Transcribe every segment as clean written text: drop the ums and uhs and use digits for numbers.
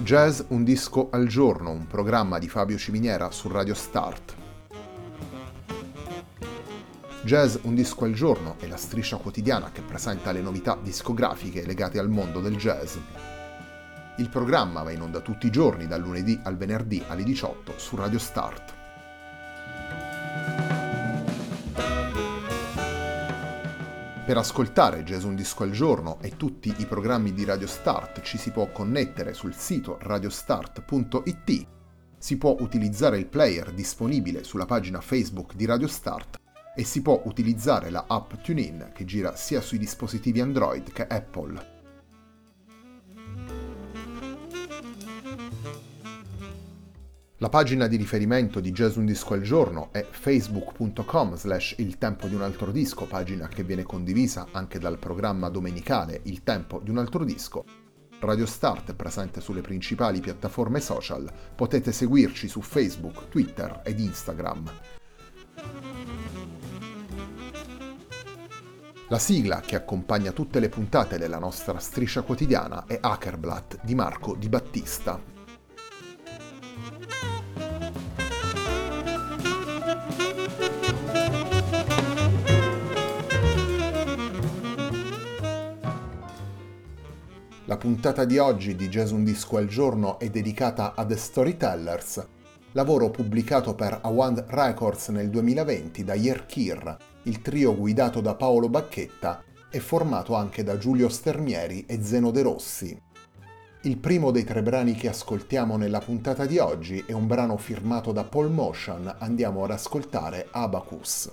Jazz un disco al giorno, un programma di Fabio Ciminiera su Radio Start. Jazz un disco al giorno è la striscia quotidiana che presenta le novità discografiche legate al mondo del jazz. Il programma va in onda tutti i giorni dal lunedì al venerdì alle 18 su Radio Start. Per ascoltare Jazz un disco al giorno e tutti i programmi di Radio Start ci si può connettere sul sito radiostart.it, si può utilizzare il player disponibile sulla pagina Facebook di Radio Start e si può utilizzare la app TuneIn che gira sia sui dispositivi Android che Apple. La pagina di riferimento di Jazz un disco al giorno è facebook.com/Il tempo di un altro disco, pagina che viene condivisa anche dal programma domenicale Il tempo di un altro disco. Radio Start è presente sulle principali piattaforme social, potete seguirci su Facebook, Twitter ed Instagram. La sigla che accompagna tutte le puntate della nostra striscia quotidiana è Hackerblatt di Marco Di Battista. La puntata di oggi di Jazz un disco al giorno è dedicata a The Storytellers, lavoro pubblicato per Awand Records nel 2020 da Yerkir, il trio guidato da Paolo Bacchetta e formato anche da Giulio Stermieri e Zeno De Rossi. Il primo dei 3 brani che ascoltiamo nella puntata di oggi è un brano firmato da Paul Motion, andiamo ad ascoltare Abacus.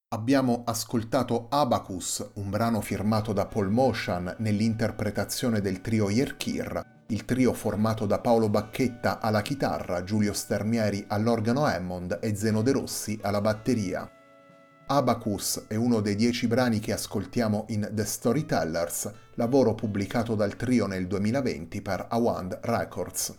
Abbiamo ascoltato Abacus, un brano firmato da Paul Motian nell'interpretazione del trio Yerkir, il trio formato da Paolo Bacchetta alla chitarra, Giulio Stermieri all'organo Hammond e Zeno De Rossi alla batteria. Abacus è uno dei 10 brani che ascoltiamo in The Storytellers, lavoro pubblicato dal trio nel 2020 per Awand Records.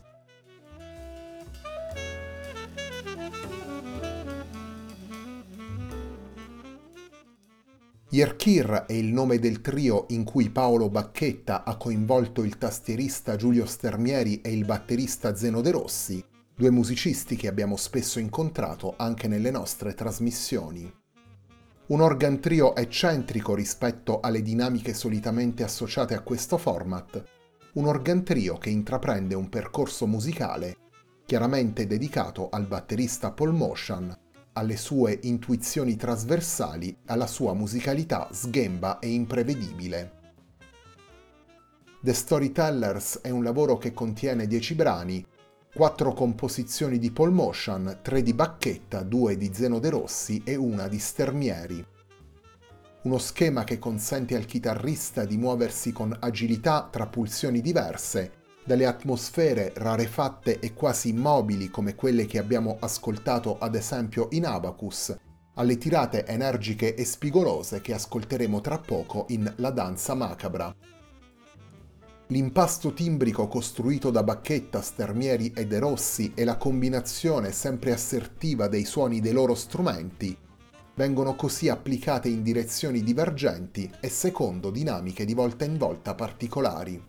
Yerkir è il nome del trio in cui Paolo Bacchetta ha coinvolto il tastierista Giulio Stermieri e il batterista Zeno De Rossi, due musicisti che abbiamo spesso incontrato anche nelle nostre trasmissioni. Un organ trio eccentrico rispetto alle dinamiche solitamente associate a questo format, un organ trio che intraprende un percorso musicale chiaramente dedicato al batterista Paul Motian, alle sue intuizioni trasversali, alla sua musicalità sghemba e imprevedibile. The Storytellers è un lavoro che contiene 10 brani, 4 composizioni di Paul Motian, 3 di Bacchetta, 2 di Zeno De Rossi e 1 di Stermieri. Uno schema che consente al chitarrista di muoversi con agilità tra pulsioni diverse, dalle atmosfere rarefatte e quasi immobili come quelle che abbiamo ascoltato ad esempio in Abacus, alle tirate energiche e spigolose che ascolteremo tra poco in La danza macabra. L'impasto timbrico costruito da Bacchetta, Stermieri e De Rossi e la combinazione sempre assertiva dei suoni dei loro strumenti vengono così applicate in direzioni divergenti e secondo dinamiche di volta in volta particolari.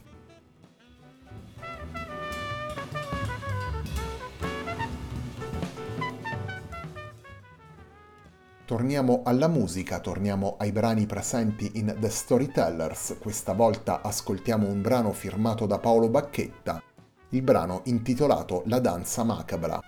Torniamo alla musica, torniamo ai brani presenti in The Storytellers, questa volta ascoltiamo un brano firmato da Paolo Bacchetta, il brano intitolato La danza macabra.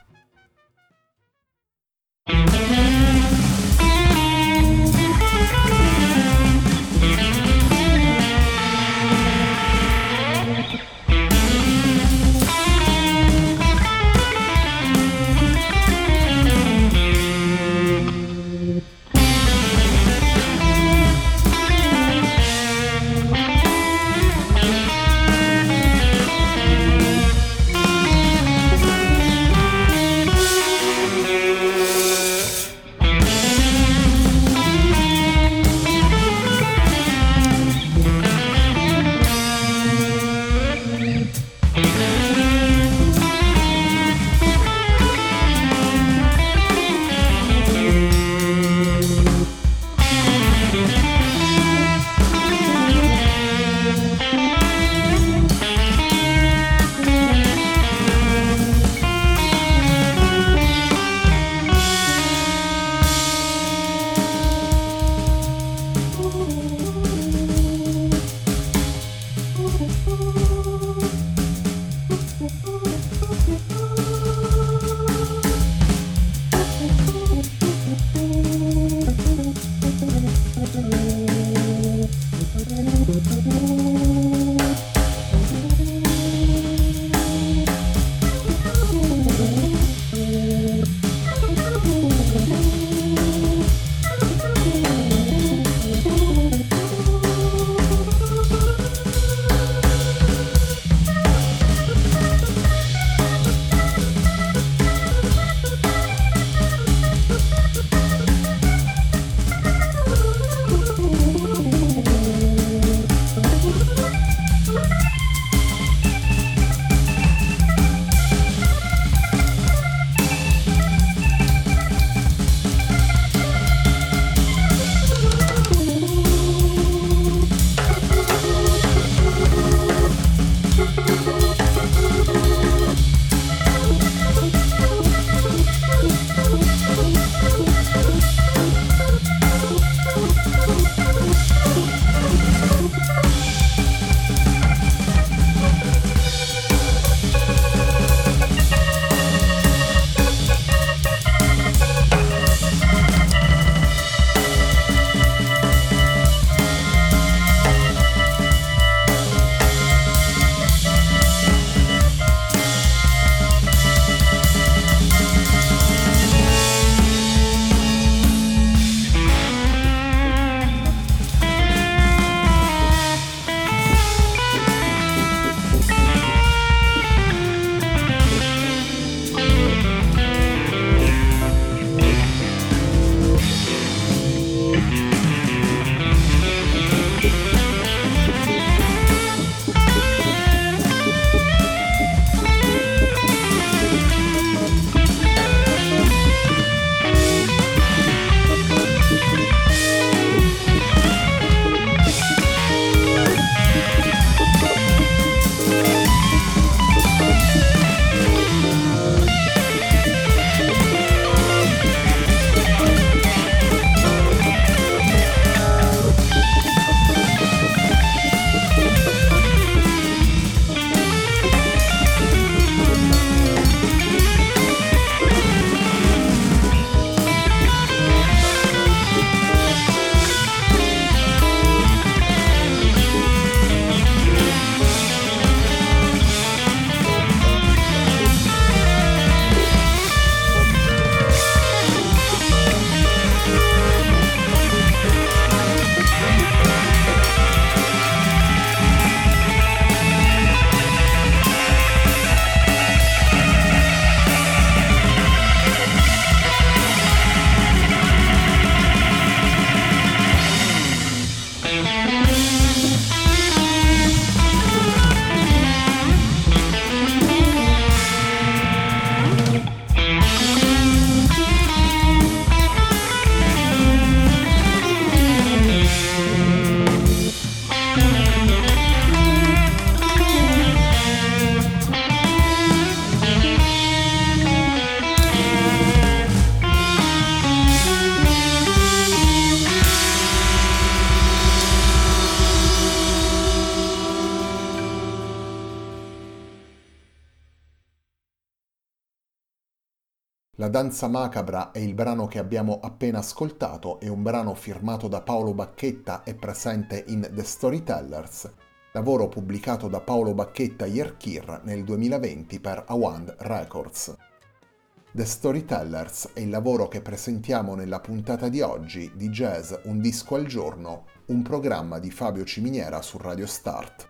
La danza macabra è il brano che abbiamo appena ascoltato, è un brano firmato da Paolo Bacchetta e presente in The Storytellers, lavoro pubblicato da Paolo Bacchetta Yerkir nel 2020 per Awand Records. The Storytellers è il lavoro che presentiamo nella puntata di oggi di Jazz Un disco al giorno, un programma di Fabio Ciminiera su Radio Start.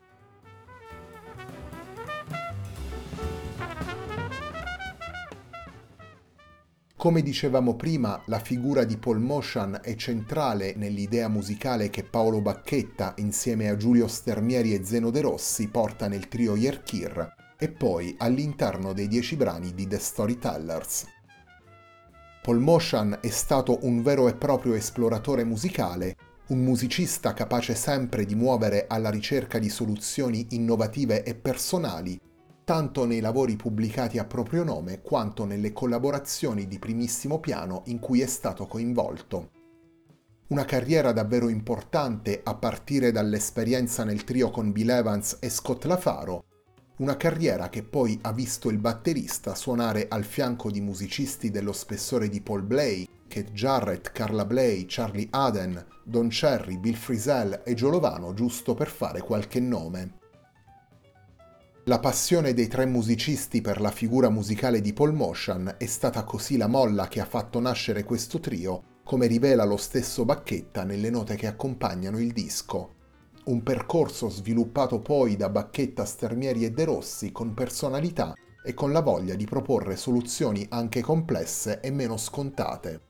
Come dicevamo prima, la figura di Paul Motian è centrale nell'idea musicale che Paolo Bacchetta, insieme a Giulio Stermieri e Zeno De Rossi, porta nel trio Yerkir e poi all'interno dei 10 brani di The Storytellers. Paul Motian è stato un vero e proprio esploratore musicale, un musicista capace sempre di muovere alla ricerca di soluzioni innovative e personali, tanto nei lavori pubblicati a proprio nome quanto nelle collaborazioni di primissimo piano in cui è stato coinvolto. Una carriera davvero importante a partire dall'esperienza nel trio con Bill Evans e Scott LaFaro, una carriera che poi ha visto il batterista suonare al fianco di musicisti dello spessore di Paul Bley, Keith Jarrett, Carla Bley, Charlie Haden, Don Cherry, Bill Frisell e Joe Lovano, giusto per fare qualche nome. La passione dei tre musicisti per la figura musicale di Paul Motian è stata così la molla che ha fatto nascere questo trio, come rivela lo stesso Bacchetta nelle note che accompagnano il disco. Un percorso sviluppato poi da Bacchetta, Stermieri e De Rossi con personalità e con la voglia di proporre soluzioni anche complesse e meno scontate.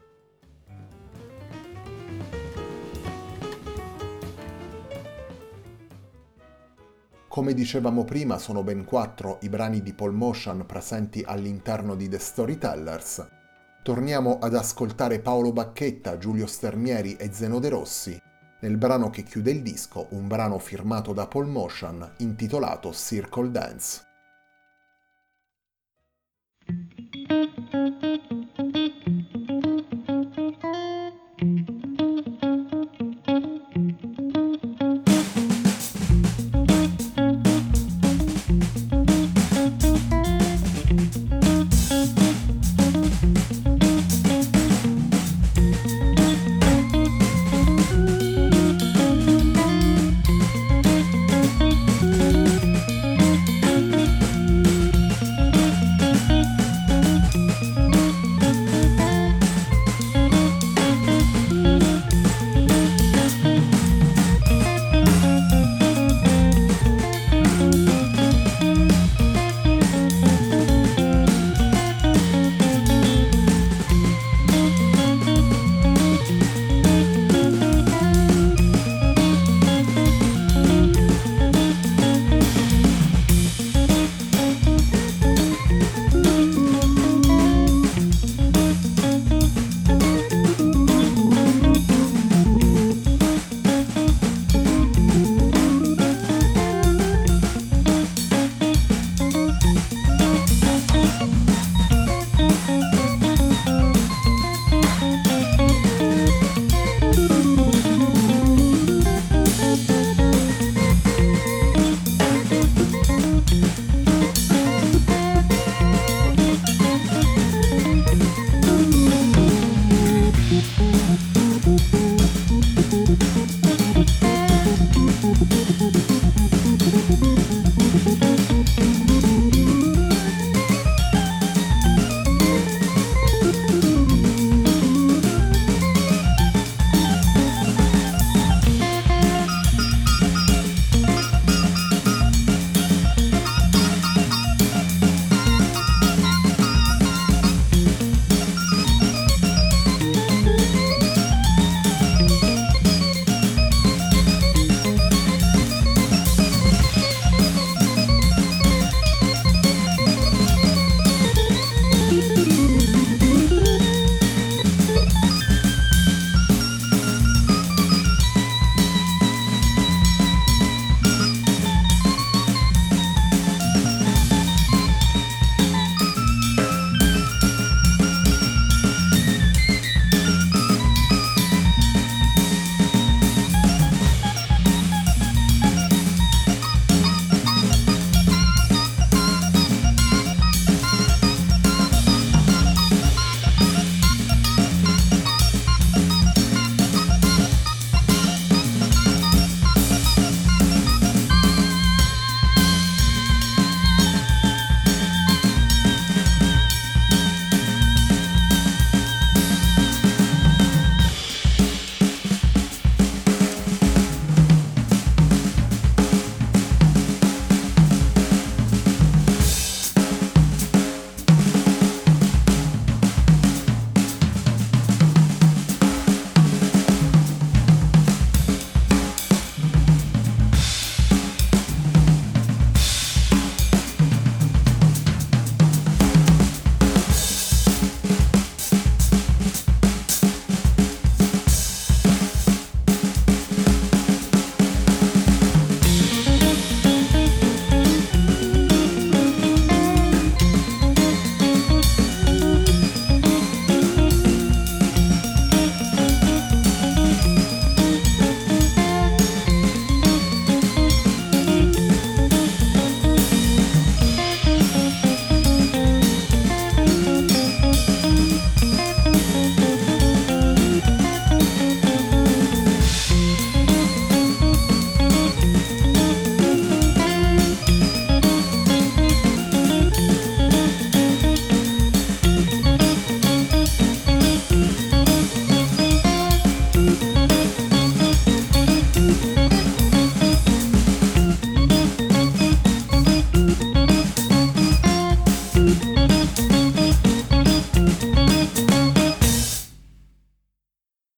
Come dicevamo prima, sono ben 4 i brani di Paul Motian presenti all'interno di The Storytellers. Torniamo ad ascoltare Paolo Bacchetta, Giulio Stermieri e Zeno De Rossi nel brano che chiude il disco, un brano firmato da Paul Motian intitolato Circle Dance.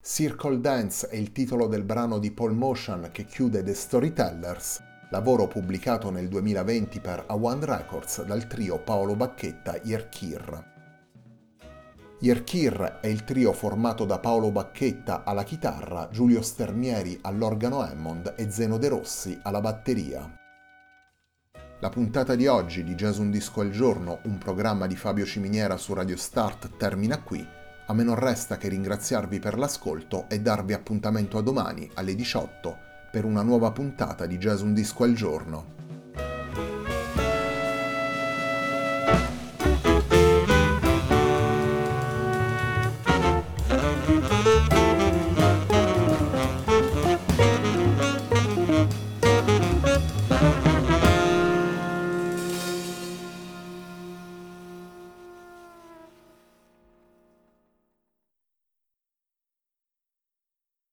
Circle Dance è il titolo del brano di Paul Motion che chiude The Storytellers, lavoro pubblicato nel 2020 per A1 Records dal trio Paolo Bacchetta Yerkir. Yerkir è il trio formato da Paolo Bacchetta alla chitarra, Giulio Stermieri all'organo Hammond e Zeno De Rossi alla batteria. La puntata di oggi di Jazz Un Disco al Giorno, un programma di Fabio Ciminiera su Radio Start, termina qui. A me non resta che ringraziarvi per l'ascolto e darvi appuntamento a domani alle 18 per una nuova puntata di Jazz Un Disco al Giorno.